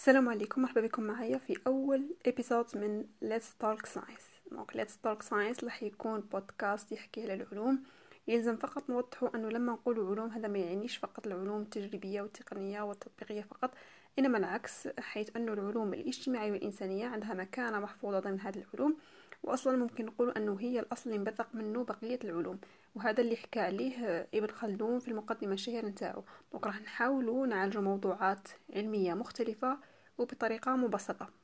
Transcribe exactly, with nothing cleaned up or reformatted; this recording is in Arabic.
السلام عليكم، مرحبا بكم معايا في اول ابيزود من Let's Talk Science. دونك Let's Talk Science راح يكون بودكاست يحكي على العلوم. يلزم فقط نوضحوا انه لما نقول علوم هذا ما يعنيش فقط العلوم التجريبيه والتقنيه والتطبيقيه فقط، انما العكس، حيث انه العلوم الاجتماعيه والانسانيه عندها مكانه محفوظه ضمن هذه العلوم، واصلا ممكن نقول انه هي الاصل اللي انبثق منه بقيه العلوم. وهذا اللي حكى عليه ابن خلدون في المقدمه الشهيره نتاعو. دونك راح نحاولوا نعالجوا موضوعات علميه مختلفه وبطريقة مبسطة.